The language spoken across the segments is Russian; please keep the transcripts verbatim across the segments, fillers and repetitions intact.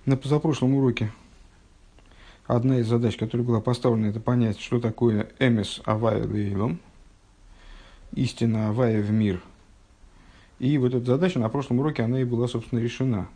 На позапрошлом уроке одна из задач, которая была поставлена, это понять, что такое эмес авая лейлом, истина авая в мир. И вот эта задача на прошлом уроке, она и была, собственно, решена.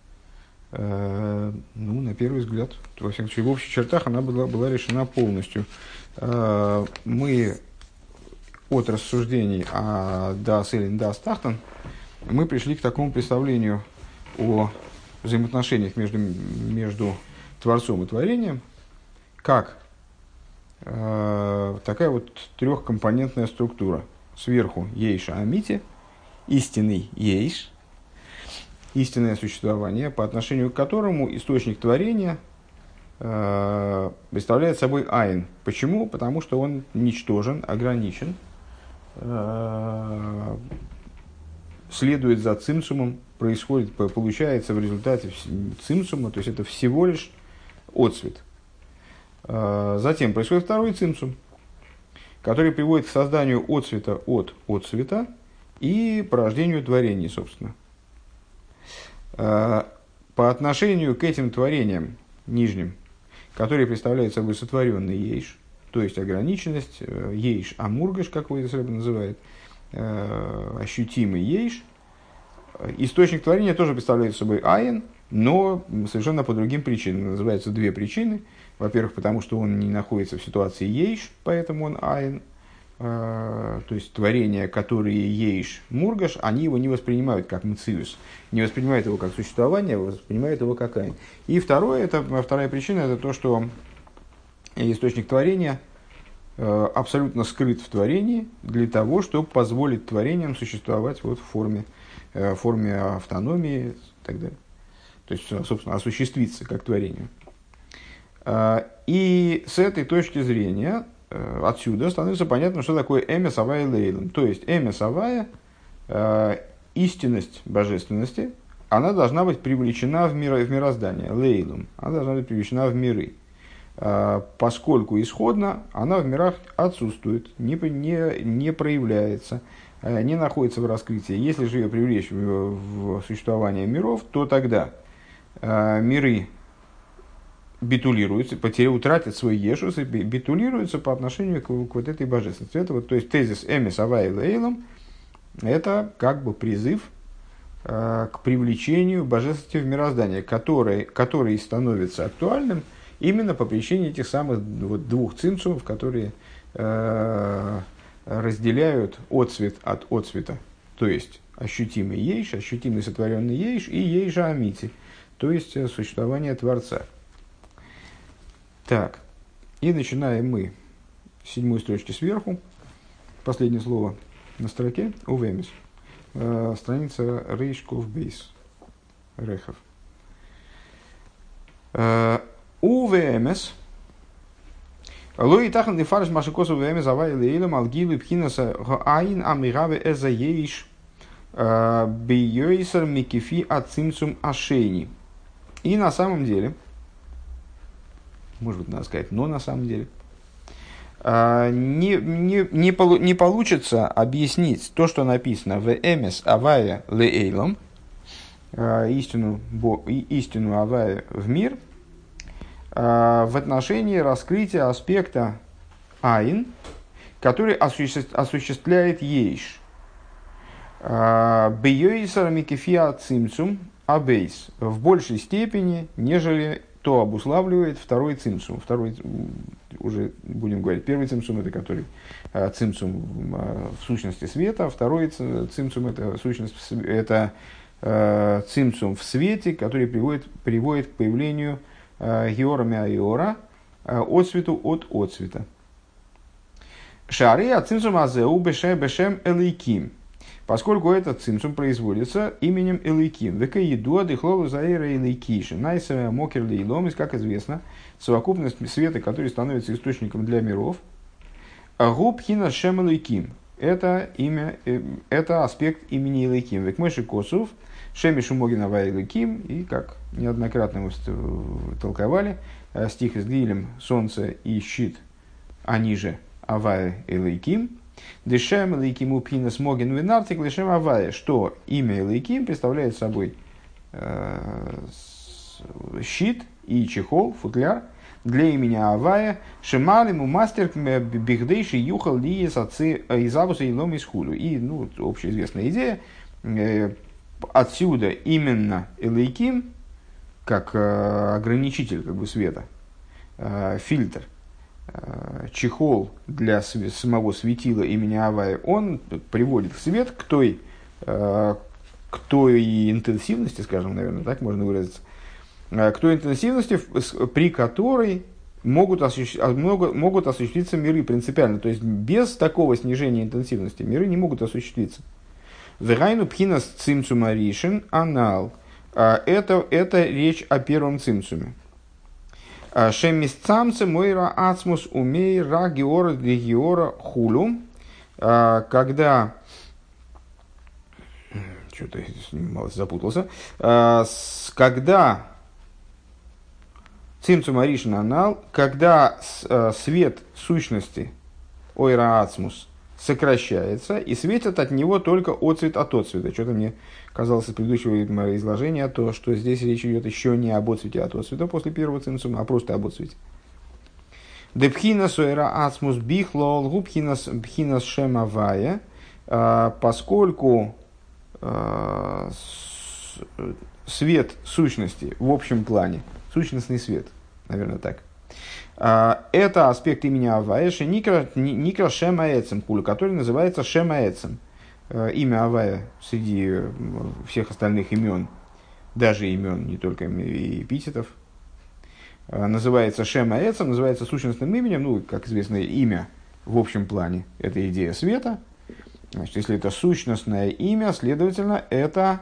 Э, ну, на первый взгляд, во всяком случае, в общих чертах она была, была решена полностью. Э, мы от рассуждений о Das или Das Tachten мы пришли к такому представлению о взаимоотношениях между, между Творцом и Творением, как э, такая вот трехкомпонентная структура. Сверху Ейша Амити, истинный Ейш, истинное существование, по отношению к которому источник творения э, представляет собой Айн. Почему? Потому что он ничтожен, ограничен, э, следует за цимсумом, происходит, получается в результате цимсума, то есть это всего лишь отцвет. Затем происходит второй цимсум, который приводит к созданию отцвета от отцвета и порождению творений, собственно. По отношению к этим творениям нижним, которые представляют собой сотворенный ейш, то есть ограниченность, ейш амургаш, как его это называет, ощутимый ейш, источник творения тоже представляет собой айн, но совершенно по другим причинам. Называются две причины. Во-первых, потому что он не находится в ситуации ейш, поэтому он айн. То есть творения, которые ейш мургаш, они его не воспринимают как мциус, не воспринимают его как существование, а воспринимают его как айн. И второе, это, вторая причина, это то, что источник творения абсолютно скрыт в творении для того, чтобы позволить творениям существовать вот в форме, в форме автономии и так далее. То есть, собственно, осуществиться как творению. И с этой точки зрения отсюда становится понятно, что такое эмес авая лейлом. То есть эмес авая, истинность божественности, она должна быть привлечена в, миро, в мироздание, лейлом, она должна быть привлечена в миры. Поскольку исходно она в мирах отсутствует, не, не, не проявляется, не находится в раскрытии. Если же ее привлечь в, в существование миров, то тогда э, миры битулируются, потеряют, утратят свой ешус и битулируются по отношению к, к вот этой божественности. Это вот, то есть тезис эмес авай лейлом, это как бы призыв э, к привлечению божественности в мироздание, который, который становится актуальным именно по причине этих самых вот, двух цимсумов, которые э, разделяют отцвет от отцвета. То есть ощутимый ейш, ощутимый сотворенный ейш и ейша амити, то есть существование Творца. Так, и начинаем мы с седьмой строчки сверху. Последнее слово на строке. Увемис. Э, страница Рейшков Бейс. Рехов. Э, УВМС. Лои тахан де фарш машикосу ВМС авай лейлем алгилу пхинаса гаайн амигаве эза ейш бейойсер микифи ацимцум ашейни. И на самом деле, может быть, надо сказать, но на самом деле, не, не, не, полу, не получится объяснить то, что написано в ВМС авая лейлем, истину, истину авая в мир, в отношении раскрытия аспекта айн, который осуществляет ейш. Бейойсар микефиа цимцум абейс в большей степени, нежели то обуславливает второй цимцум. Второй, уже будем говорить, первый цимцум это который цимцум в сущности света, второй цимцум это сущность, это цимцум в свете, который приводит, приводит к появлению георами айора, отцвету от отцвета. Шары от цимсум азеу бешем бешем элейким. Поскольку этот цимсум производится именем элейким. Века едуа дыхлолу заэра элейкиши. Найсера мокер лейлом, как известно, совокупность света, который становится источником для миров. Губ хина шем элейким. Это имя, это аспект имени элейким. Век мойши косов. Шемишу Могина Вайлыким, и как неоднократно мы толковали, стих с Глилем «Солнце и щит, они же Авая Элейким». Дешем Элейким Упхинас Могин Винартик Лешем Авая, что имя Элейким представляет собой э, щит и чехол, футляр для имени Авая, Шемалиму мастер бигдейши юхал ли из отцы из Абуса и лом из хулю. И, ну, общеизвестная идея, отсюда именно Элейким, как ограничитель как бы света, фильтр, чехол для самого светила имени Авая, он приводит в свет к той, к той интенсивности, скажем, наверное, так можно выразиться, к той интенсивности, при которой могут, осуществ... могут осуществиться миры принципиально. То есть без такого снижения интенсивности миры не могут осуществиться. Вегайну пхинас цимцума ришен анал. Это, это речь о первом цимцуме. Шемисцамце мойра ацмус умей ра геора геора хулу. Когда... Что-то я мало запутался. Когда цимцум аришн анал, когда свет сущности ойра ацмус сокращается и светит от него только отцвет от отцвета. Что-то мне казалось из предыдущего изложения то, что здесь речь идет еще не об отцвете от отцвета после первого цимцума, а просто об отцвете. Депхинас ойра ацмус бихлол губхинас бхинас шемавая, поскольку свет сущности в общем плане, сущностный свет, наверное, так. Это аспект имени Авая, Никра Шема Эцем, который называется Шема Эцем. Имя Авая среди всех остальных имен, даже имен, не только эпитетов, называется Шема Эцем, называется сущностным именем, ну, как известно, имя в общем плане, это идея света. Значит, если это сущностное имя, следовательно, это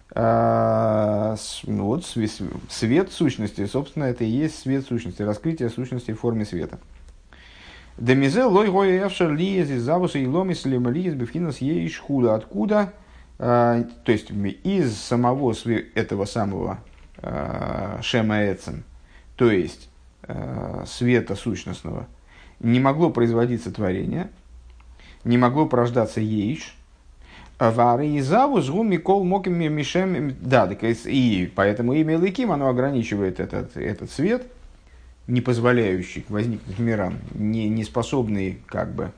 э, ну, вот, свет сущности. Собственно, это и есть свет сущности, раскрытие сущности в форме света. Демизе лой гой эфшер лиез из завуса и ломис лемалиез бифхинас еишхуда. Откуда? Э, то есть, из самого этого самого э, шема эцем, то есть, э, света сущностного, не могло производиться творение, не могло порождаться еиш. Вары и завуз гу микол моким мишем. Да, и поэтому имя Элоким, оно ограничивает этот, этот свет, не позволяющий возникнуть мирам, не, не способный как бы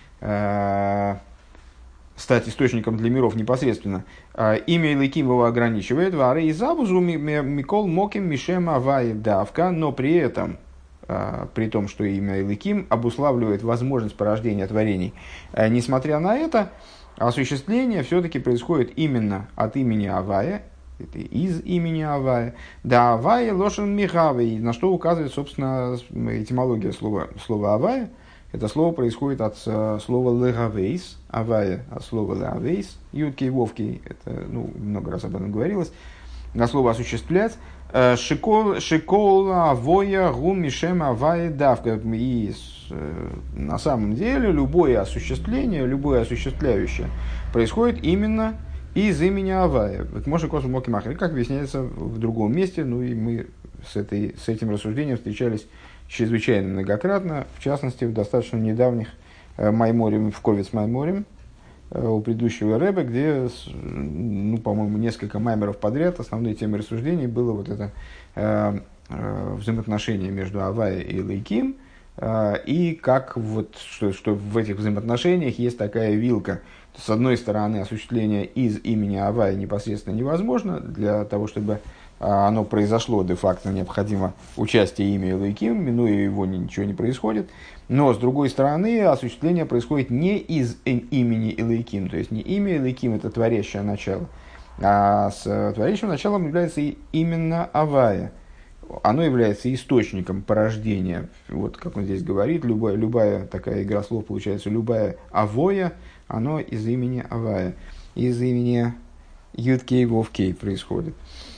э, стать источником для миров непосредственно. Э, имя Элоким его ограничивает. Вары и завуз гу микол моким мишем авай давка, но при этом при том, что имя Элоким обуславливает возможность порождения творений. Несмотря на это, осуществление все-таки происходит именно от имени Авая, это из имени Авая. Да, Авая лошен михавей, на что указывает, собственно, этимология слова, слова Авая. Это слово происходит от слова легавейс, Авая, от слова легавейс, юткий вовкий, это, ну, много раз об этом говорилось, на слово осуществлять. Шикол, шикол, авоя, гум, мишем, авая, давка. И на самом деле любое осуществление, любое осуществляющее происходит именно из имени Авая. Может, косу моки махри, как объясняется в другом месте. Ну и мы с, этой, с этим рассуждением встречались чрезвычайно многократно, в частности, в достаточно недавних майморем, в Ковец майморем у предыдущего рэба, где, ну, по-моему, несколько маймеров подряд основной темой рассуждений было вот это э, э, взаимоотношение между Авая и Элоким, э, и как вот, что, что в этих взаимоотношениях есть такая вилка. С одной стороны, осуществление из имени Авая непосредственно невозможно. Для того, чтобы оно произошло, де-факто необходимо участие имени Элоким, минуя его ничего не происходит. Но, с другой стороны, осуществление происходит не из имени Элоким, то есть не имя Элоким – это творящее начало, а с творящим началом является именно Авая. Оно является источником порождения. Вот как он здесь говорит, любая, любая такая игра слов получается, любая Авоя, оно из имени Авая, из имени Юткей Вовкей происходит.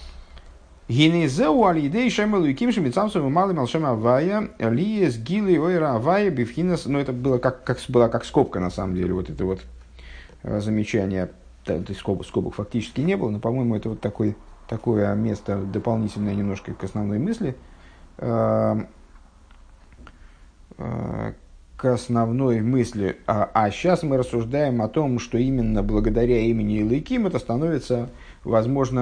Гинезеу алидей шем Элоким шемицамсу малым алшем Авая лиес гилы ойра Авая бифхинас. Но это было как, как, была как скобка на самом деле, вот это вот замечание. То есть скобок, скобок фактически не было, но, по-моему, это вот такой, такое место дополнительное немножко к основной мысли, э, э, к основной мысли. А, а сейчас мы рассуждаем о том, что именно благодаря имени Элоким это становится возможно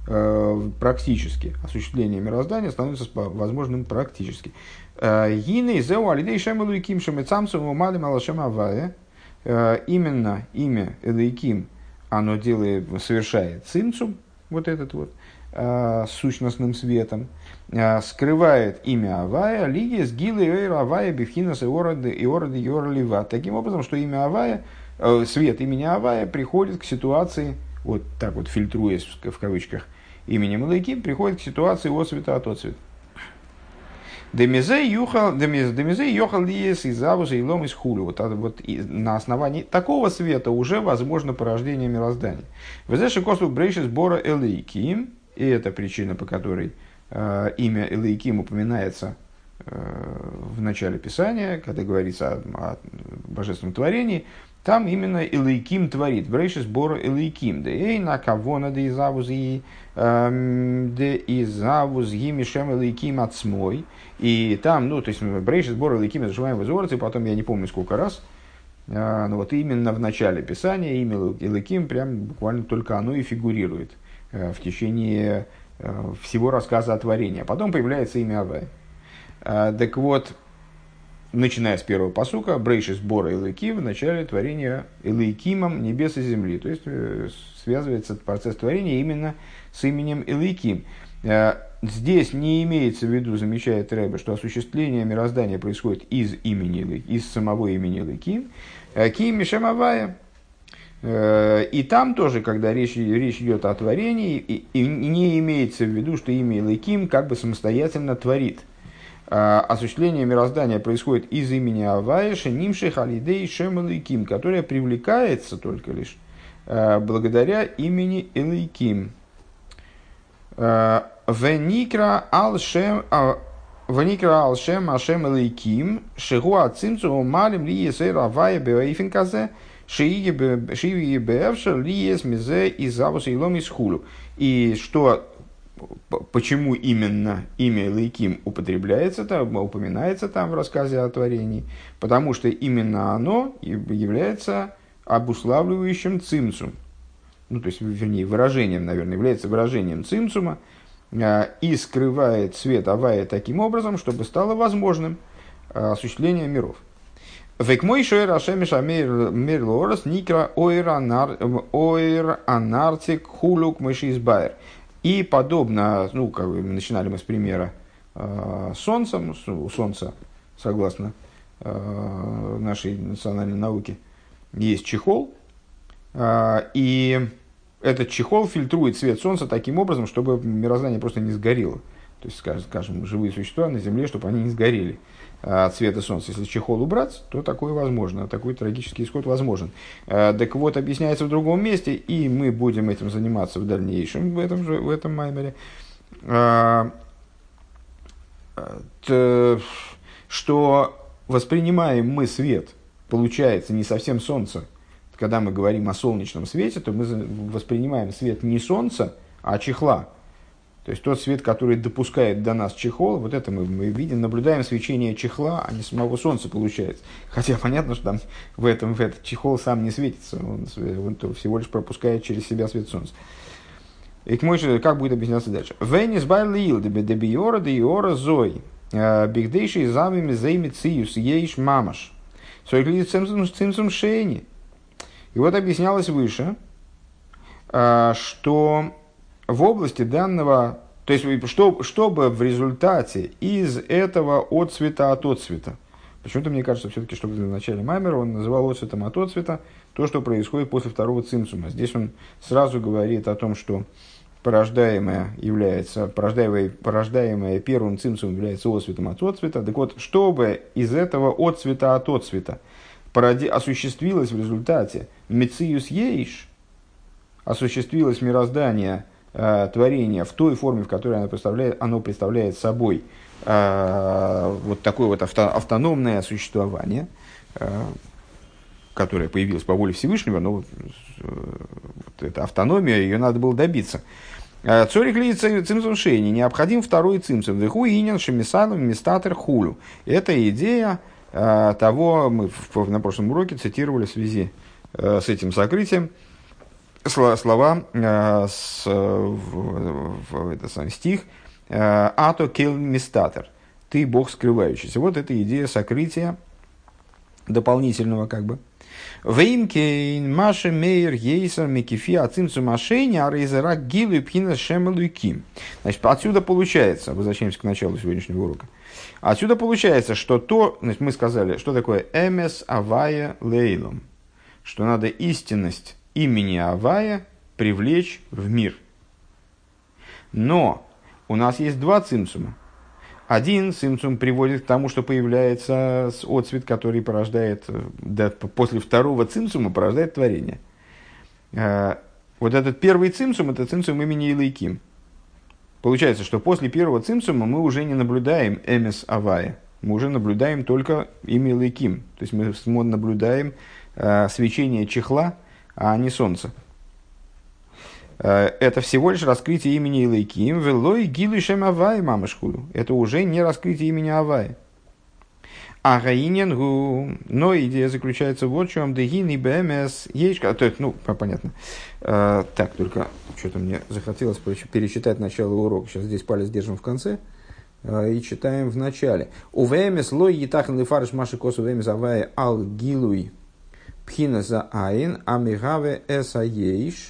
практически. Осуществление мироздания становится возможным практически. Гины зеу алидей шем элуиким шемецамцу умали малашем авае. Именно имя Элейким, оно делает, совершает цимцум, вот этот вот, сущностным светом, скрывает имя Авая, лиги с гилы эйр Авая, бифхинас и ороды и ороды йорлива. Таким образом, что имя Авая, свет имени Авая приходит к ситуации, вот так вот фильтруясь в кавычках именем Элейким, приходит к ситуации от цвета от от цвета. Демизе юхал лиес из авуса и лом из хулю. Вот, вот на основании такого света уже возможно порождение мироздания. Везеши косу брейши сбора Элейким. И это причина, по которой э, имя Элейким упоминается э, в начале Писания, когда говорится о, о божественном творении. Там именно Элейким творит. Брейши сбора Элейким. Да эй на кого надо из авузы да из авузы мишем Элейким отсмой. И там, ну, то есть, брейши сбора Элейким заживаем в изорце, потом я не помню сколько раз. А, но вот именно в начале Писания имя Элейким прям буквально только оно и фигурирует в течение всего рассказа о творении. А потом появляется имя Авая. Так вот, начиная с первого пасука, брейши сбора Элейким в начале творения Элейкимом небес и земли. То есть, связывается процесс творения именно с именем Элейким. Здесь не имеется в виду, замечает Ребе, что осуществление мироздания происходит из имени, из самого имени Элейким. Ки мишем Авая. И там тоже, когда речь, речь идет о творении, и, и не имеется в виду, что имя Элейким как бы самостоятельно творит. А, осуществление мироздания происходит из имени Авая, шенимши халидей шем Элейким, которое привлекается только лишь а, благодаря имени Элейким. Веникра ал-шем ашем Элейким, шегуа цимцу малим ли есэр Авая беэйфен казэ, и что, почему именно имя Элейким употребляется там, упоминается там в рассказе о творении? Потому что именно оно является обуславливающим цимцум. Ну, то есть, вернее, выражением, наверное, является выражением цимцума и скрывает свет Авая таким образом, чтобы стало возможным осуществление миров. Векмой шоэр ашемиш амир мирлорас никра ойр анартик хулук мышизбайр. И подобно, ну, как бы начинали мы с примера э, солнца, у солнца, согласно э, нашей национальной науке, есть чехол, э, и этот чехол фильтрует свет солнца таким образом, чтобы мироздание просто не сгорело. То есть, скажем, живые существа на Земле, чтобы они не сгорели от света солнца. Если чехол убрать, то такое возможно, такой трагический исход возможен. Так вот, объясняется в другом месте, и мы будем этим заниматься в дальнейшем, в этом, же, в этом маймере, что воспринимаем мы свет, получается, не совсем солнце. Когда мы говорим о солнечном свете, то мы воспринимаем свет не солнца, а чехла. То есть тот свет, который допускает до нас чехол, вот это мы, мы видим, наблюдаем свечение чехла, а не самого солнца получается. Хотя понятно, что там в этом в этот чехол сам не светится, он, он всего лишь пропускает через себя свет солнца. И как будет объясняться дальше? Венис байлил дебиора де иора зой бигдейший замами зейми циюс ейш мамаш. Сойклит цимсум шейни. И вот объяснялось выше, что в области данного, то есть, что, чтобы в результате из этого отцвета от отцвета, почему-то мне кажется, все-таки, что в начале маймера он называл отцветом от отцвета то, что происходит после второго цимсума. Здесь он сразу говорит о том, что порождаемое является, порождаемое, порождаемое первым цимсумом является отцветом от отцвета. Так вот, чтобы из этого отцвета от отцвета породи, осуществилось в результате мециюс ейш, осуществилось мироздание, творение в той форме, в которой оно представляет, оно представляет собой э, вот такое вот авто, автономное существование, э, которое появилось по воле Всевышнего, но вот, э, вот эта автономия, ее надо было добиться. Цорих ли цимсум шейни, необходим второй цимсум, веху инин шемисалом мистатер хулю. Это идея э, того, мы в, на прошлом уроке цитировали в связи э, с этим сокрытием, слова, э, с, в, в, это сам стих «Ато кел мистатер» – «Ты Бог скрывающийся». Вот эта идея сокрытия дополнительного как бы. Веймкейн Маша Мейер Ейсер Микифи Ацимцу Машейни Арейзерак Гилу и Пхина Шемалуйким. Значит, отсюда получается, возвращаемся к началу сегодняшнего урока. Отсюда получается, что то, значит, мы сказали, что такое Эмес Авая Лейлом, что надо истинность имени Авая привлечь в мир. Но у нас есть два цимсума. Один цимсум приводит к тому, что появляется отцвет, который порождает, да, после второго цимсума порождает творение. Вот этот первый цимсум – это цимсум имени Илайким. Получается, что после первого цимсума мы уже не наблюдаем эмес авая, мы уже наблюдаем только имя Илайким. То есть мы наблюдаем свечение чехла, а не солнца. Это всего лишь раскрытие имени Илайким, велой гилу шем авай мамашхуду. Это уже не раскрытие имени Авай. А гаиненгу, но идея заключается вот в чем. Дегин и бмс ейшка. То есть, ну, понятно. Так, только что-то мне захотелось перечитать начало урока. Сейчас здесь палец держим в конце и читаем в начале. У вмс лой етахн лифарш маши косу вмс авай ал гилуй пхина за айн амигаве эса ейш.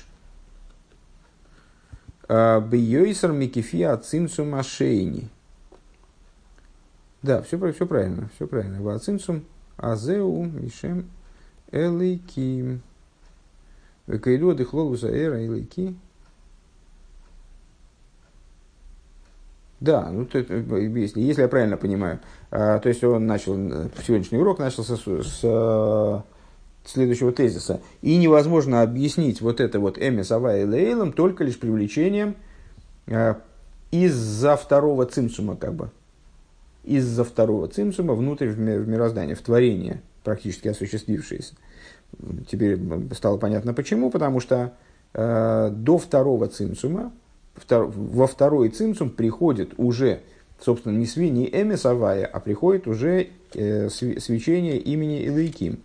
Бьёйсер микифия цимсум ашейни. Да, все, все правильно, все правильно. Вацимсум азеу мишем элейким. Векаилу дыхлолуса эра элейки. Да, ну то, если, если я правильно понимаю, то есть он начал, сегодняшний урок начался с, с следующего тезиса. И невозможно объяснить вот это вот эмес авай лейлом только лишь привлечением э, из-за второго цимсума, как бы. Из-за второго цимсума внутрь в, ми- в мироздание, в творение, практически осуществившееся. Теперь стало понятно почему, потому что э, до второго цимсума, втор- во второй цимсум приходит уже, собственно, не, сви, не эмес авая, а приходит уже э, свечение имени Илайким.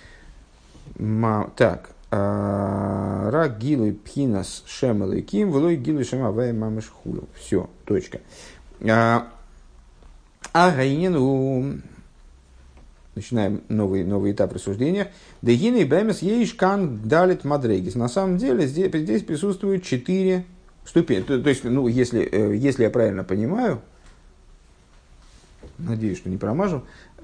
Так, рак гилуй пхинас шем элейким, влой гилуй шем авай мамыш хулу. Все, точка. А гайнену. Начинаем новый, новый этап рассуждения. Дегины бэмес ейшкан далит мадрегис. На самом деле здесь, здесь присутствуют четыре ступени. То, то есть, ну, если, если я правильно понимаю, надеюсь, что не промажу,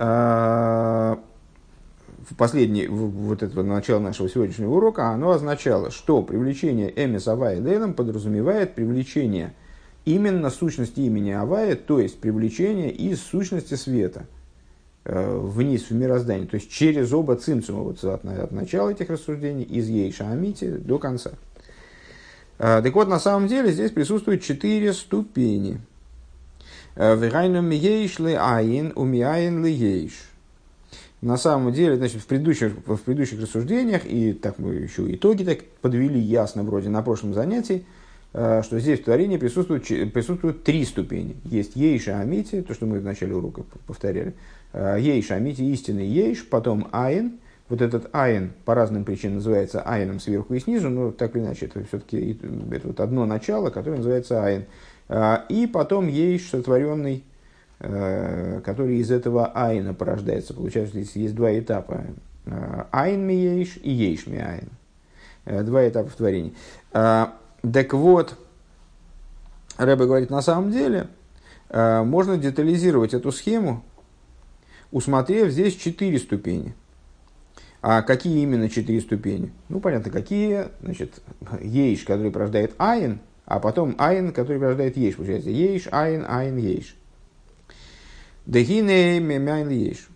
в последний, вот это начало нашего сегодняшнего урока, оно означало, что привлечение эмес авая лейлом подразумевает привлечение именно сущности имени Авая, то есть привлечение из сущности света э, вниз в мироздание, то есть через оба цимцума, вот от, от начала этих рассуждений, из Ейша Амити до конца. Э, так вот, на самом деле здесь присутствуют четыре ступени. Вегайну миейш ли айн, умиайн ли ейш. На самом деле, значит, в предыдущих, в предыдущих рассуждениях, и так мы еще итоги так подвели ясно вроде на прошлом занятии, что здесь в творении присутствуют, присутствуют три ступени. Есть Ейша Амити, то, что мы в начале урока повторяли. Ейша Амити, истинный Ейш, потом Айн. Вот этот Айн по разным причинам называется Айном сверху и снизу, но так или иначе, это все-таки это вот одно начало, которое называется Айн. И потом Ейш, сотворенный, который из этого айна порождается. Получается, здесь есть два этапа. Айн ми ейш и ейш ми айн. Два этапа в творении. Так вот, Ребе говорит, на самом деле, можно детализировать эту схему, усмотрев здесь четыре ступени. А какие именно четыре ступени? Ну, понятно, какие. Значит, ейш, который порождает айн, а потом айн, который порождает ейш. Получается, ейш, айн, айн, ейш. Дегине мемяйн ейш.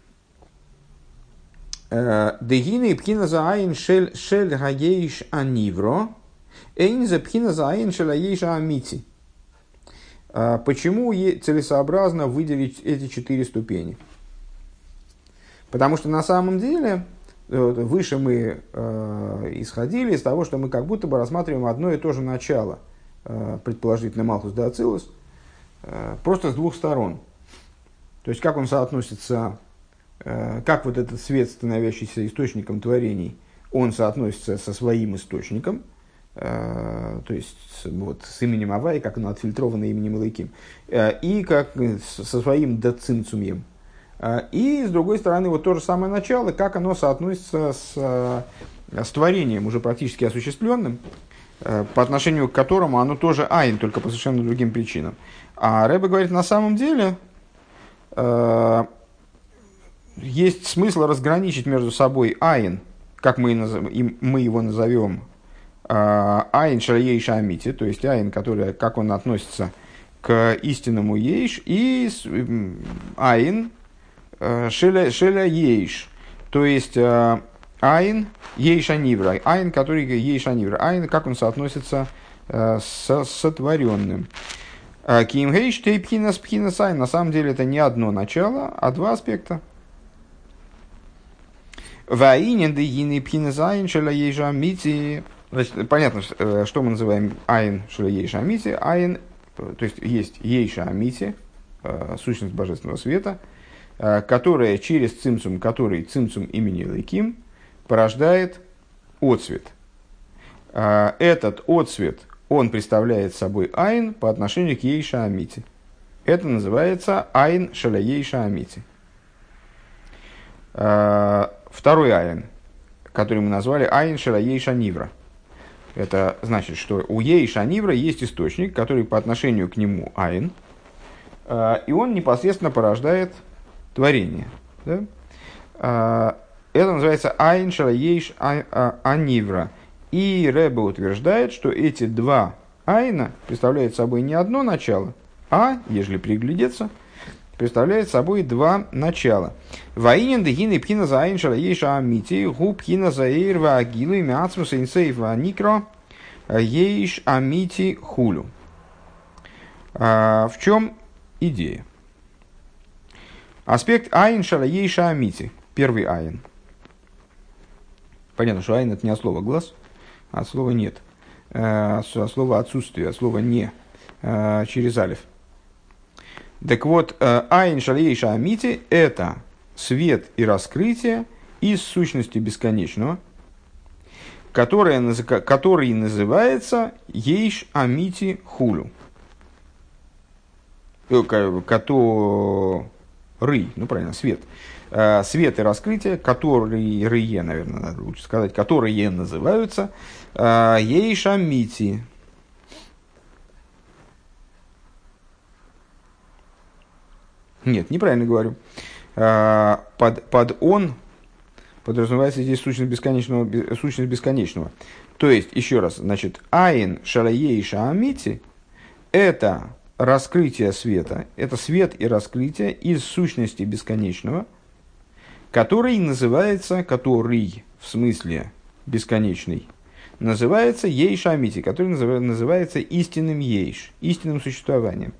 Дегине пхина за айн шель шель гаейш анивро, эйн за пхина за айн шель гаейш амити. Почему целесообразно выделить эти четыре ступени? Потому что на самом деле выше мы э, исходили из того, что мы как будто бы рассматриваем одно и то же начало, э, предположительно Малхус да Ацилус, э, просто с двух сторон. То есть, как он соотносится, э, как вот этот свет, становящийся источником творений, он соотносится со своим источником, то есть вот, с именем Авай, как оно отфильтровано именем Элоким, и как со своим децинцумьем. И, с другой стороны, вот то же самое начало, как оно соотносится с, с творением, уже практически осуществленным, по отношению к которому оно тоже айн, только по совершенно другим причинам. А Ребе говорит, на самом деле э, есть смысл разграничить между собой айн, как мы, назов, мы его назовем, э, айн шаейша амити, то есть айн, который, как он относится к истинному ейш, и э, айн шеля, шеля ейш, то есть э, айн ейша нивра, айн, который ейша нивра, айн, как он соотносится э, с сотворенным. Ким гейш тей пхинас пхинас айн, на самом деле это не одно начало, а два аспекта. Ваинен де гины пхинас айн шеля ейша амити. Понятно, что мы называем айн шеля ейша амити. Айн, то есть есть ейша амити, сущность божественного света, которая через цимцум, который цимцум имени Элоким, порождает отцвет. Этот отцвет, он представляет собой айн по отношению к ейша амити. Это называется айн шеля ейша амити. Второй айн, который мы назвали айн шеля ейша нивра. Это значит, что у ейша нивра есть источник, который по отношению к нему айн, и он непосредственно порождает творение. Да? Это называется айн шеля ейш анивра. И Ребе утверждает, что эти два айна представляют собой не одно начало, а, ежели приглядеться, представляют собой два начала. Ваинен дегины пхина за айн шеля ейша амити, гу пхина за эйр ва агилу миацмус инсейф ва никро ейш амити хулю. В чем идея? Аспект айн шеля ейша амити. Первый айн. Понятно, что айн это не от слова глаз, а от слова нет. От слова отсутствие, от слова не через алиф. Так вот, айн шеля ейша амити – это свет и раскрытие из сущности бесконечного, которое, который называется ейш амити хулю. Который, ну правильно, свет. Свет и раскрытие, которые, рые, наверное, надо лучше сказать, которые называются ейш амити. Нет, неправильно говорю. Под, под он подразумевается здесь сущность бесконечного, сущность бесконечного. То есть, еще раз, значит, айн шеля ейша амити – это раскрытие света, это свет и раскрытие из сущности бесконечного, который называется, который в смысле бесконечный, называется ейш амити, который называется истинным ейш, истинным существованием.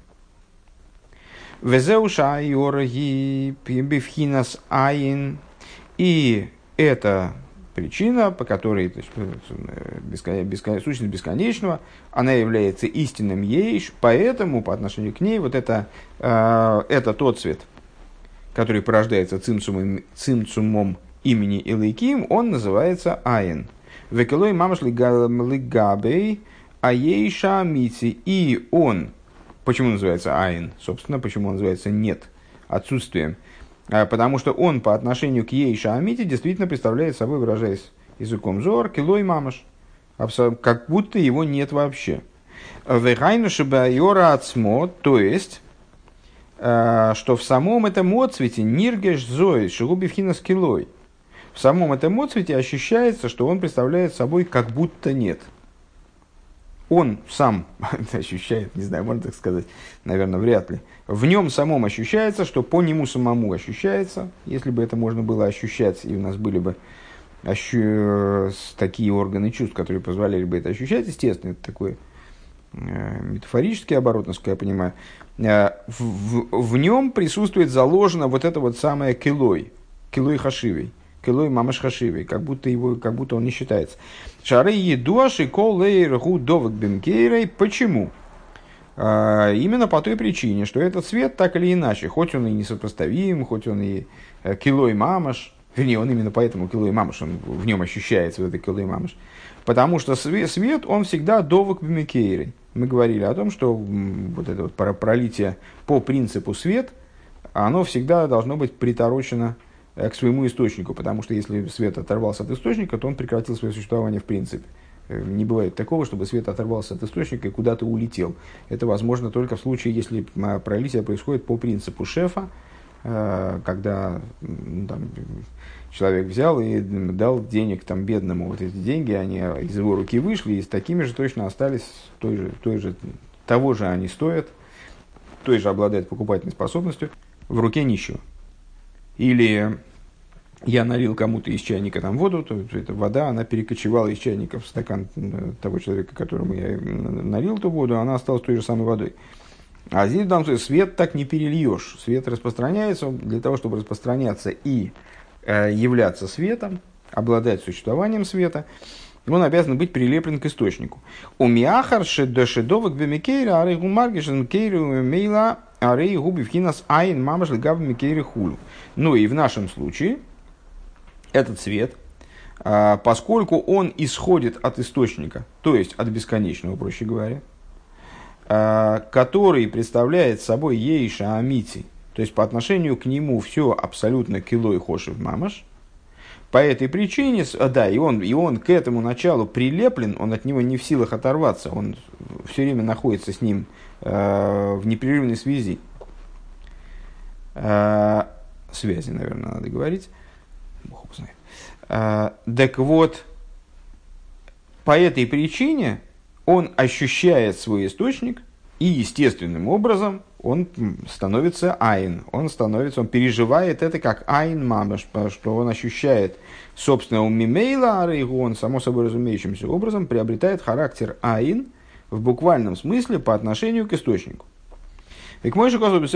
Везеуша йорги бифхинас айн. И это причина, по которой то есть, бескон, бескон, сущность бесконечного, она является истинным ейш, поэтому по отношению к ней вот это, э, это тот цвет, который порождается цимцумом, цимцумом имени Элоким, он называется айн. Векелой мамаш лигабей аейша мити. И он, почему называется айн? Собственно, почему он называется нет, отсутствием? Потому что он по отношению к ейша амити действительно представляет собой, выражаясь языком зор, килой мамаш, как будто его нет вообще. Вегайну шибайора ацмо, то есть, что в самом этом отцвете ниргеш зои шигубивхинас килой, в самом этом отцвете ощущается, что он представляет собой как будто нет. Он сам ощущает, не знаю, можно так сказать, наверное, вряд ли. В нем самом ощущается, что по нему самому ощущается, если бы это можно было ощущать, и у нас были бы ощу... такие органы чувств, которые позволяли бы это ощущать, естественно, это такой э, метафорический оборот, насколько я понимаю, э, в, в, в нем присутствует заложено вот это вот самое килой, килой хашивей. Килой мамаш хашивей, как будто его, как будто он не считается. Шары едуаши колейр гудовок бемкейрей. Почему? А, именно по той причине, что этот свет так или иначе, хоть он и несопоставим, хоть он и килой мамаш, Вернее, он именно поэтому килой мамаш, он в нем ощущается, в этой килой мамаш. Потому что свет, свет, он всегда довок бимикейры. Мы говорили о том, что вот это вот пролитие по принципу свет, оно всегда должно быть приторочено к своему источнику, потому что если свет оторвался от источника, то он прекратил свое существование в принципе. Не бывает такого, чтобы свет оторвался от источника и куда-то улетел. Это возможно только в случае, если пролитие происходит по принципу шефа, когда там, человек взял и дал денег там, бедному. Вот эти деньги, они из его руки вышли и с такими же точно остались, той же, той же, того же они стоят, той же обладают покупательной способностью в руке нищего. Или я налил кому-то из чайника там воду, то эта вода, она перекочевала из чайника в стакан того человека, которому я налил эту воду, она осталась той же самой водой. А здесь, в данном случае, свет так не перельешь. Свет распространяется, для того, чтобы распространяться и э, являться светом, обладать существованием света, он обязан быть прилеплен к источнику. У миахар шедошедовок бемикейра арей гумаргишен кейру мейла арей губи вхинас айн мамаш легав микейры хулю. Ну и в нашем случае этот свет, э, поскольку он исходит от источника, то есть от бесконечного, проще говоря, который представляет собой ейша амити, то есть по отношению к нему все абсолютно килой хошев мамаш. По этой причине, да, и он, и он к этому началу прилеплен, он от него не в силах оторваться, он все время находится с ним э, в непрерывной связи. Э, связи, наверное, надо говорить. Бог его знает. Э, так вот, по этой причине он ощущает свой источник, и естественным образом он становится айн, он становится, он переживает это как айн мамаш, что он ощущает собственного мимейла арейгу, он само собой разумеющимся образом приобретает характер айн в буквальном смысле по отношению к источнику. И, как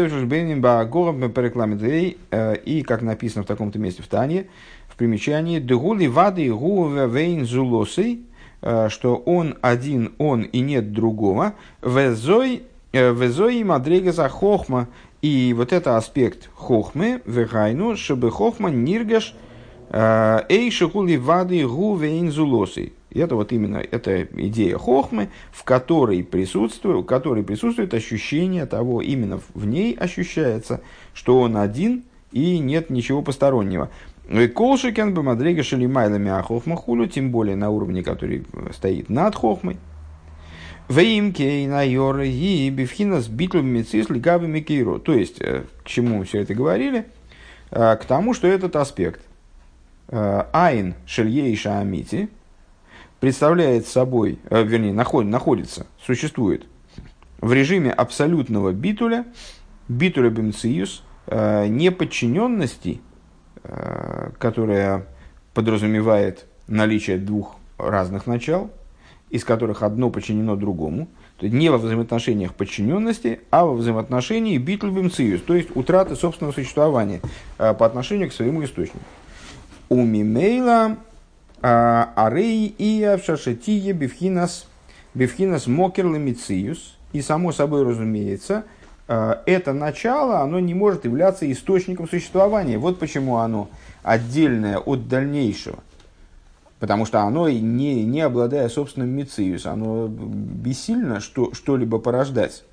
написано в таком-то месте в Тане, в примечании, «Дегули вады гуве вейн зулосей», что он один, он и нет другого, везой мадрегаса хохма, и вот это аспект хохмы, вегайну, чтобы хохма ниргаш эй шихули вады гу вейнзулосы. Это вот именно эта идея хохмы, в которой присутствует, в которой присутствует ощущение того, именно в ней ощущается, что он один и нет ничего постороннего. Колшикен бы мадрега шелимайлами а хохма хулю, тем более на уровне, который стоит над хохмой. Веймкей на йоры и бифхинас битлом мецис лигавыми кейро. То есть, к чему мы все это говорили? К тому, что этот аспект айн шельейша амити представляет собой, вернее, наход, находится, существует в режиме абсолютного битуля, битуля бимциюс, неподчиненности, которая подразумевает наличие двух разных начал, из которых одно подчинено другому, то есть не во взаимоотношениях подчиненности, а во взаимоотношении битлюбим циюс, то есть утраты собственного существования по отношению к своему источнику. У мимейла арей и авшашетие бифхинас бифхинас мокерлами циюс, и само собой разумеется, это начало, оно не может являться источником существования. Вот почему оно отдельное от дальнейшего. Потому что оно, не, не обладая собственным мециус, оно бессильно что, что-либо порождать.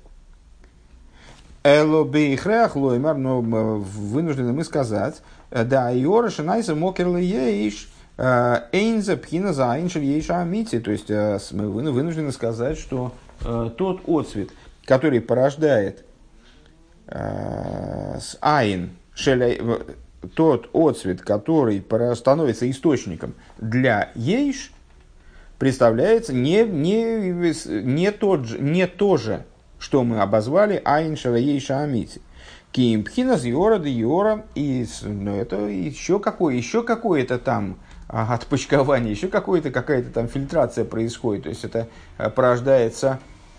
Эло бейхреах лоймар, но вынуждены мы сказать, да, иора шинайса мокерлы ейш, эйнза пхина за айншель ейша амити. То есть мы вынуждены сказать, что тот отцвет, который порождает с айн, тот отцвет, который становится источником для ейш, представляется не, не, не, тот же, не то же, что мы обозвали айн шера ейша амити. Кимпхина с йора де йора, и ну, это еще, какое, еще какое-то там отпочкование, еще какое-то, какая-то там фильтрация происходит. То есть это порождается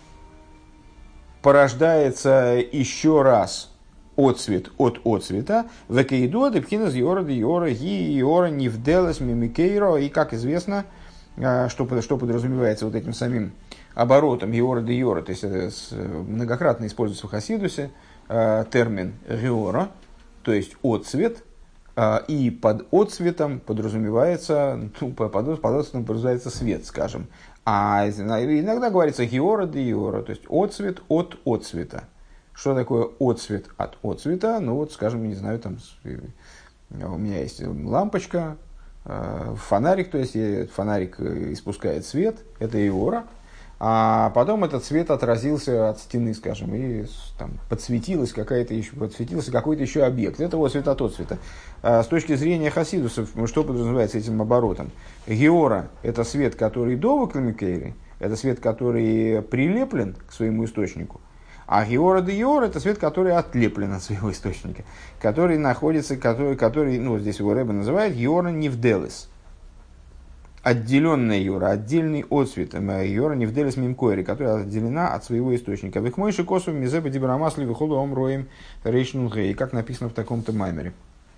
порождается еще раз отцвет от отцвета. Векейдо депхинас йора де йора ги йора нивделес мимикейро. И, как известно, что, что подразумевается вот этим самим оборотом йора де йора, то есть это многократно используется в Хасидусе термин геора, то есть отцвет, И под отцветом подразумевается, ну, под, под отцветом подразумевается свет, скажем. А иногда говорится геора де геора, то есть отцвет от отцвета. Что такое отцвет от отцвета? Ну вот, скажем, не знаю, там у меня есть лампочка, фонарик, то есть фонарик испускает свет, это геора. А потом этот свет отразился от стены, скажем, и там подсветилась какая-то еще, подсветился какой-то еще объект. Это вот свет от отцвета. А с точки зрения хасидусов, что подразумевается этим оборотом? Геора – это свет, который до вакламикейри, это свет, который прилеплен к своему источнику. А геора де геора – это свет, который отлеплен от своего источника, который находится, который, который ну, здесь его Ребе называет геора нивделес. Отделенная юра, отдельный отцвет, юра невделес мимкойри, которая отделена от своего источника. Вихмойши косу мизеба дибрамасли вихолу омроем рейшнунгей, как написано в таком-то маймере.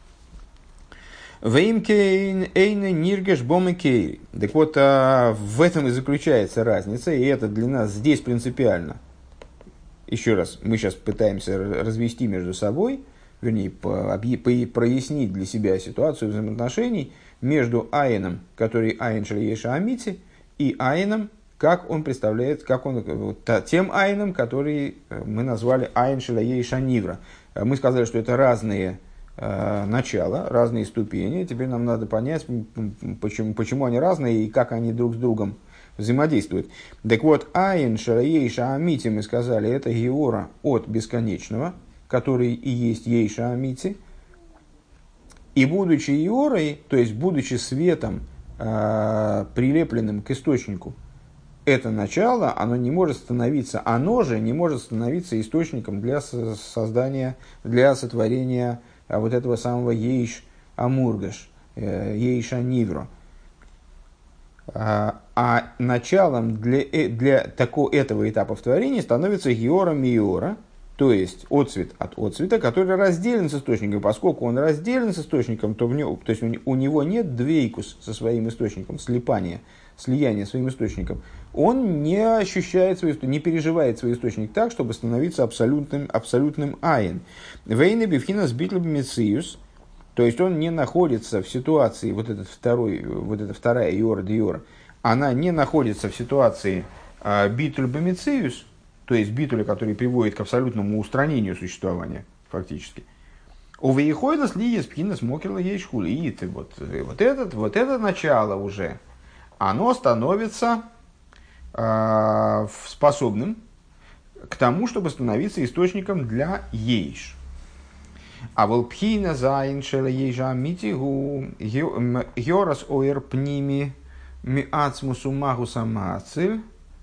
Веймкейн эйне ниргеш бомекейри. Так вот, в этом и заключается разница, и это для нас здесь принципиально. Еще раз, мы сейчас пытаемся развести между собой, вернее, прояснить для себя ситуацию взаимоотношений между айном, который айн шельеша амити, и айном, как он представляет, как он, тем айном, который мы назвали айн шельеша нивра. Мы сказали, что это разные э, начала, разные ступени. Теперь нам надо понять, почему, почему они разные и как они друг с другом взаимодействуют. Так вот, айн шельеша амити, мы сказали, это геора от бесконечного, который и есть ейша амити. И будучи иорой, то есть будучи светом, э, прилепленным к источнику, это начало, оно не может становиться, оно же не может становиться источником для создания, для сотворения э, вот этого самого ейш амургаш, э, ейша нивро. А, а началом для, для такого, этого этапа в творении становится геора миора, то есть отцвет от отцвета, который разделен с источником. Поскольку он разделен с источником, то, в него, то есть у него нет двейкус со своим источником, слипания, слияния своим источником. Он не ощущает свой, не переживает свой источник так, чтобы становиться абсолютным, абсолютным айн. Вейне бифхинас битлб мециус, то есть он не находится в ситуации, вот, этот второй, вот эта вторая иора де иора, она не находится в ситуации битлб мециус, то есть битуля, который приводит к абсолютному устранению существования, фактически. У Вейхойдас ли есть пхинас мокерла есть хули. И вот, вот, этот, вот это начало уже, оно становится э, способным к тому, чтобы становиться источником для ейш. А волпхина зайн шела ейжа митигу георас оэр пними миацмусу магуса мациль.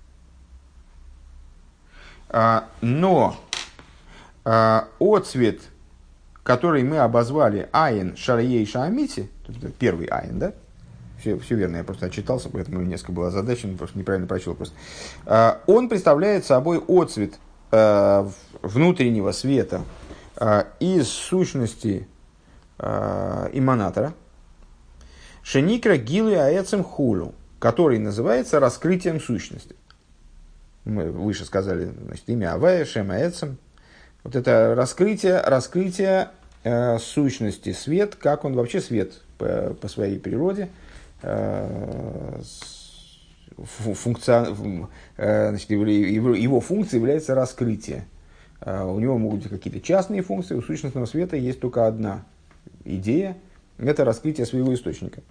Но отцвет, который мы обозвали айн шарьей шаамити, первый айн, да? Все, все верно, я просто отчитался, поэтому несколько было озадачено, просто неправильно прочел просто. Он представляет собой отцвет внутреннего света из сущности иманатора, шеникра гилы аэцем хулу, который называется раскрытием сущности. Мы выше сказали, значит, имя Авая, Шем Аэцем. Вот это раскрытие, раскрытие э, сущности, свет, как он вообще свет по, по своей природе, э, функция, э, значит, его, его функция является раскрытие. Э, у него могут быть какие-то частные функции, у сущностного света есть только одна идея, это раскрытие своего источника.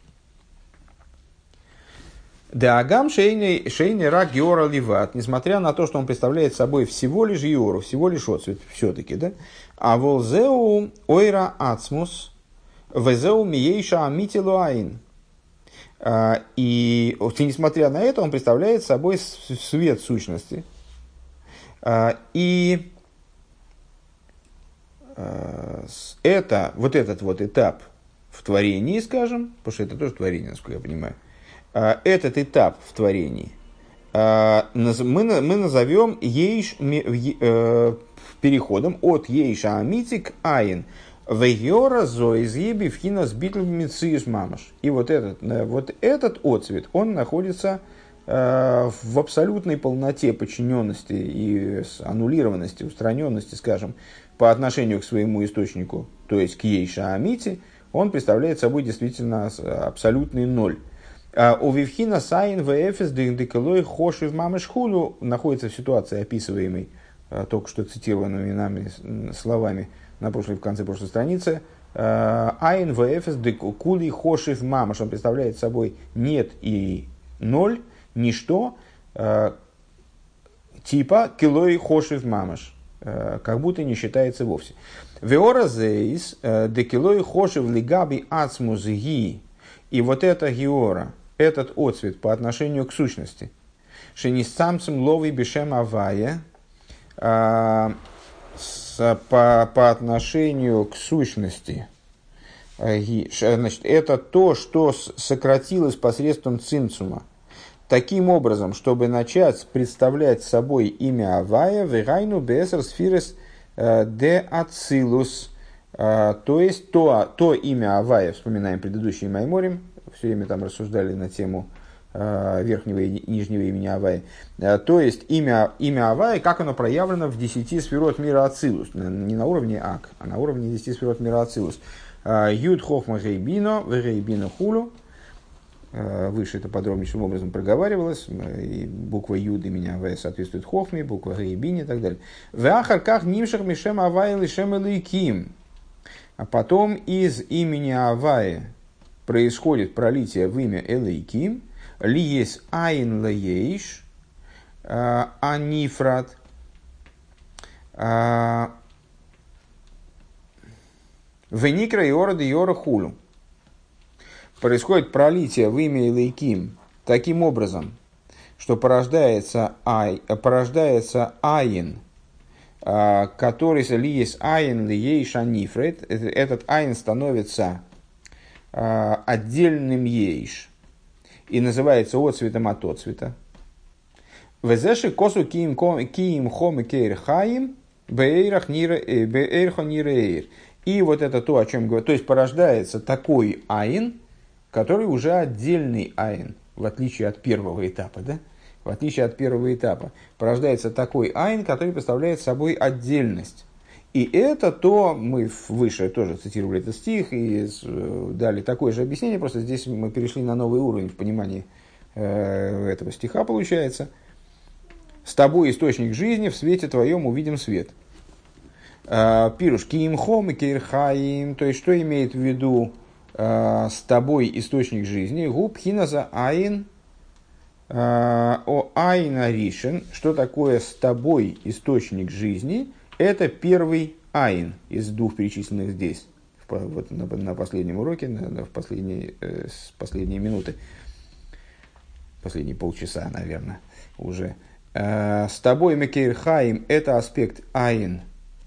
Даагам шейный рак геора ливат, несмотря на то, что он представляет собой всего лишь геору, всего лишь отцвет, все-таки, да? А волзеу ойра ацмус, везеу миейша амитилуаин. И несмотря на это, он представляет собой свет сущности. И это, вот этот вот этап в творении, скажем, потому что это тоже творение, насколько я понимаю, этот этап в творении мы, мы назовем ейш, переходом от ейша амити к айн. Вейора зоизъеби вхинас битл мициюс мамаш. И вот этот, вот этот отцвет, он находится в абсолютной полноте подчиненности и аннулированности, устраненности, скажем, по отношению к своему источнику, то есть к ейша амити, он представляет собой действительно абсолютный ноль. У Вивхина Сайн ВФС Декалой Хошив Мамешхулу находится в ситуации, описываемой только что цитированными нами словами на прошлой, в конце прошлой страницы. Айн ВФС Декули Хошив Мамаш. Он представляет собой нет и ноль, ничто, типа Килой Хошив Мамаш, как будто не считается вовсе. Веора Зейс Декилой Хошив Лигаби Ацмус Ги. И вот эта геора, этот отцвет по отношению к сущности, шенисцамцем лови бешем авая, по, по отношению к сущности, значит, это то, что сократилось посредством цимцума, таким образом, чтобы начать представлять собой имя авая, вегайну бесер сфирес де ацилус. То есть, то, то имя Авая, вспоминаем предыдущий Майморим, все время там рассуждали на тему э, верхнего и нижнего имени Авая. Э, то есть, имя, имя Авая, как оно проявлено в десяти сферот мира Ацилус. Не на уровне Ак, а на уровне десяти сферот мира Ацилус. Юд хохма гейбино, вегейбино хулу. Выше это подробнейшим образом проговаривалось. И буква Юд имени Авая соответствует хохме, буква гейбине и так далее. Веахарках нимшах мишем Авая лишем элейким. А потом из имени Авая происходит пролитие в имя Элейким, ли есть айн лаейш, анифрат, веникра йора де йора хулу. Происходит пролитие в имя Элейким таким образом, что порождается, ай, порождается айн, который ли есть айн ли ейш анифрет, этот айн становится отдельным ейш и называется отцветом от отцвета. Везеши косу киим хом и кейр хаим бейрах нира эйр. И вот это то, о чем говорю, то есть порождается такой айн, который уже отдельный айн, в отличие от первого этапа, да? В отличие от первого этапа, порождается такой айн, который представляет собой отдельность. И это то, мы выше тоже цитировали этот стих и дали такое же объяснение, просто здесь мы перешли на новый уровень в понимании э, этого стиха, получается. «С тобой источник жизни, в свете твоем увидим свет». Э, Пируш «Киимхом и кейрхаим», то есть, что имеет в виду э, «с тобой источник жизни»? «Губ хиназа айн». О айна ришен, что такое с тобой источник жизни, это первый айн из двух перечисленных здесь, вот на, на последнем уроке, на, в последние, э, последние минуты, последние полчаса, наверное, уже. Э, с тобой мекейр хаим, это аспект айн,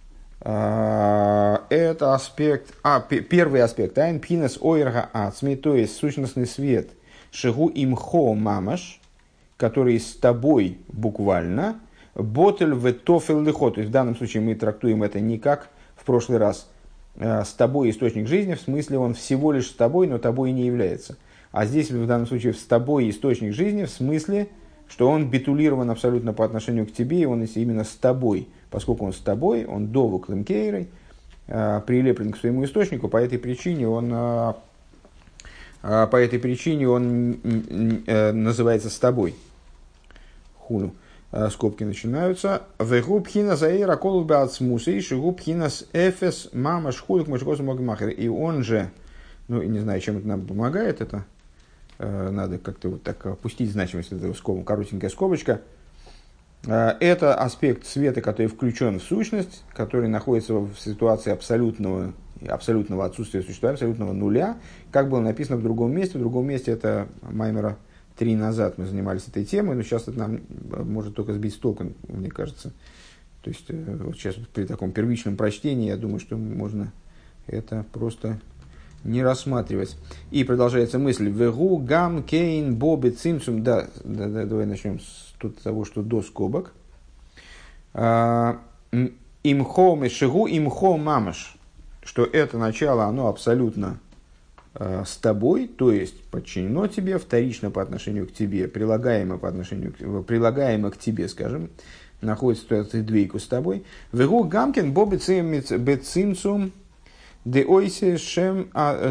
э, это аспект, а, п- первый аспект айн, пинас ойрга ацми, то есть сущностный свет, шигу имхо мамаш, который с тобой буквально, ботель в тофел лихо. То есть в данном случае мы трактуем это не как в прошлый раз, с тобой источник жизни, в смысле он всего лишь с тобой, но тобой не является. А здесь в данном случае с тобой источник жизни, в смысле, что он битулирован абсолютно по отношению к тебе, и он именно с тобой. Поскольку он с тобой, он довук лемкейрой, прилеплен к своему источнику, по этой причине он... По этой причине он называется «с тобой». Хуну. Скобки начинаются. «Вегубхина заэра колубе ацмусы, шигубхина с эфес мама шхулик мышкосу магмахер». И он же, ну, не знаю, чем это нам помогает, это надо как-то вот так опустить значимость этого скобы, коротенькая скобочка. Это аспект света, который включен в сущность, который находится в ситуации абсолютного, абсолютного отсутствия существования, абсолютного нуля, как было написано в другом месте. В другом месте это Маймера три назад мы занимались этой темой, но сейчас это нам может только сбить с толку, мне кажется. То есть вот сейчас при таком первичном прочтении я думаю, что можно это просто не рассматривать. И продолжается мысль. Вегу гам кейн боби цимсум. Да, да, да, давай начнем с тут того, что до скобок. Имхо мешигу имхо мамаш. Что это начало, оно абсолютно э, с тобой, то есть подчинено тебе, вторично по отношению к тебе, прилагаемо по отношению к, прилагаемо к тебе, скажем, находится в двойку с тобой. Вегу гамкин боби бецимцум Де ойсейс шем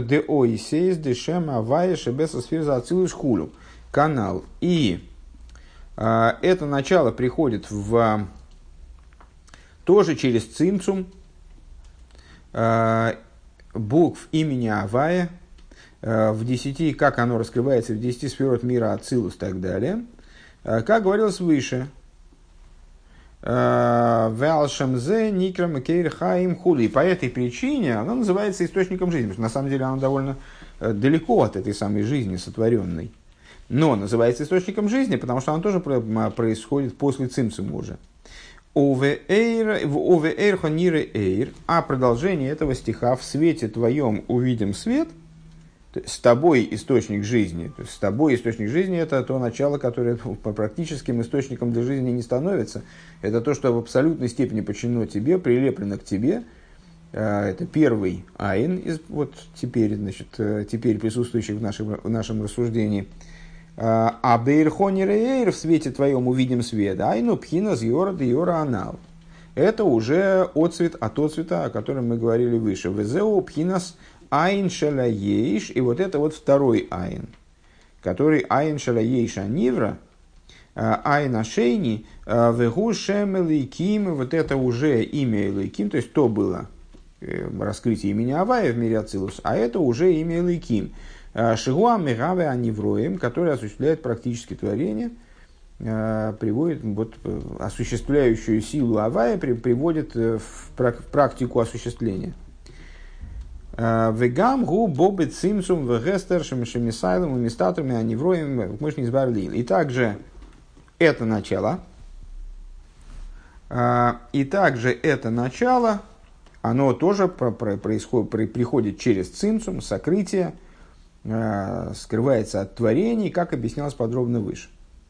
авая шебеса сферза ацилус хулю. Канал. И а, это начало приходит в, тоже через цимцум а, букв имени Авая, а, в десяти, как оно раскрывается в десяти сферот мира Ацилус и так далее. А, как говорилось выше, и по этой причине она называется источником жизни. Потому что на самом деле она довольно далеко от этой самой жизни сотворенной. Но называется источником жизни, потому что она тоже происходит после цимцума уже. А продолжение этого стиха: в свете твоем увидим свет. С тобой источник жизни. То есть с тобой источник жизни — это то начало, которое по практическим источником для жизни не становится. Это то, что в абсолютной степени подчинено тебе, прилеплено к тебе. Это первый айн, из, вот теперь, значит, теперь присутствующий в нашем, в нашем рассуждении. А бейрхони рейр, в свете твоем увидим свет. Айну пхина с йора де йора анал. Это уже отцвет от отцвета, о котором мы говорили выше. Везеу пхинас айн шалаейш, и вот это вот второй айн, который айн шалаейш анивра, айн ашейни, вегу шем элейким, вот это уже имя элейким, то есть то было раскрытие имени Авая в мире Ацилус, а это уже имя элейким, шигуа мегаве анивроем, который осуществляет практически творение, приводит, вот, осуществляющую силу Авая приводит в практику осуществления. Вегам гу бобы цимсум вегестер шемисайлом умистатами анивроем мы ж не избавили. И также это начало, и также это начало, оно тоже происходит, приходит через цимсум, сокрытие, скрывается от творений, как объяснялось подробно выше.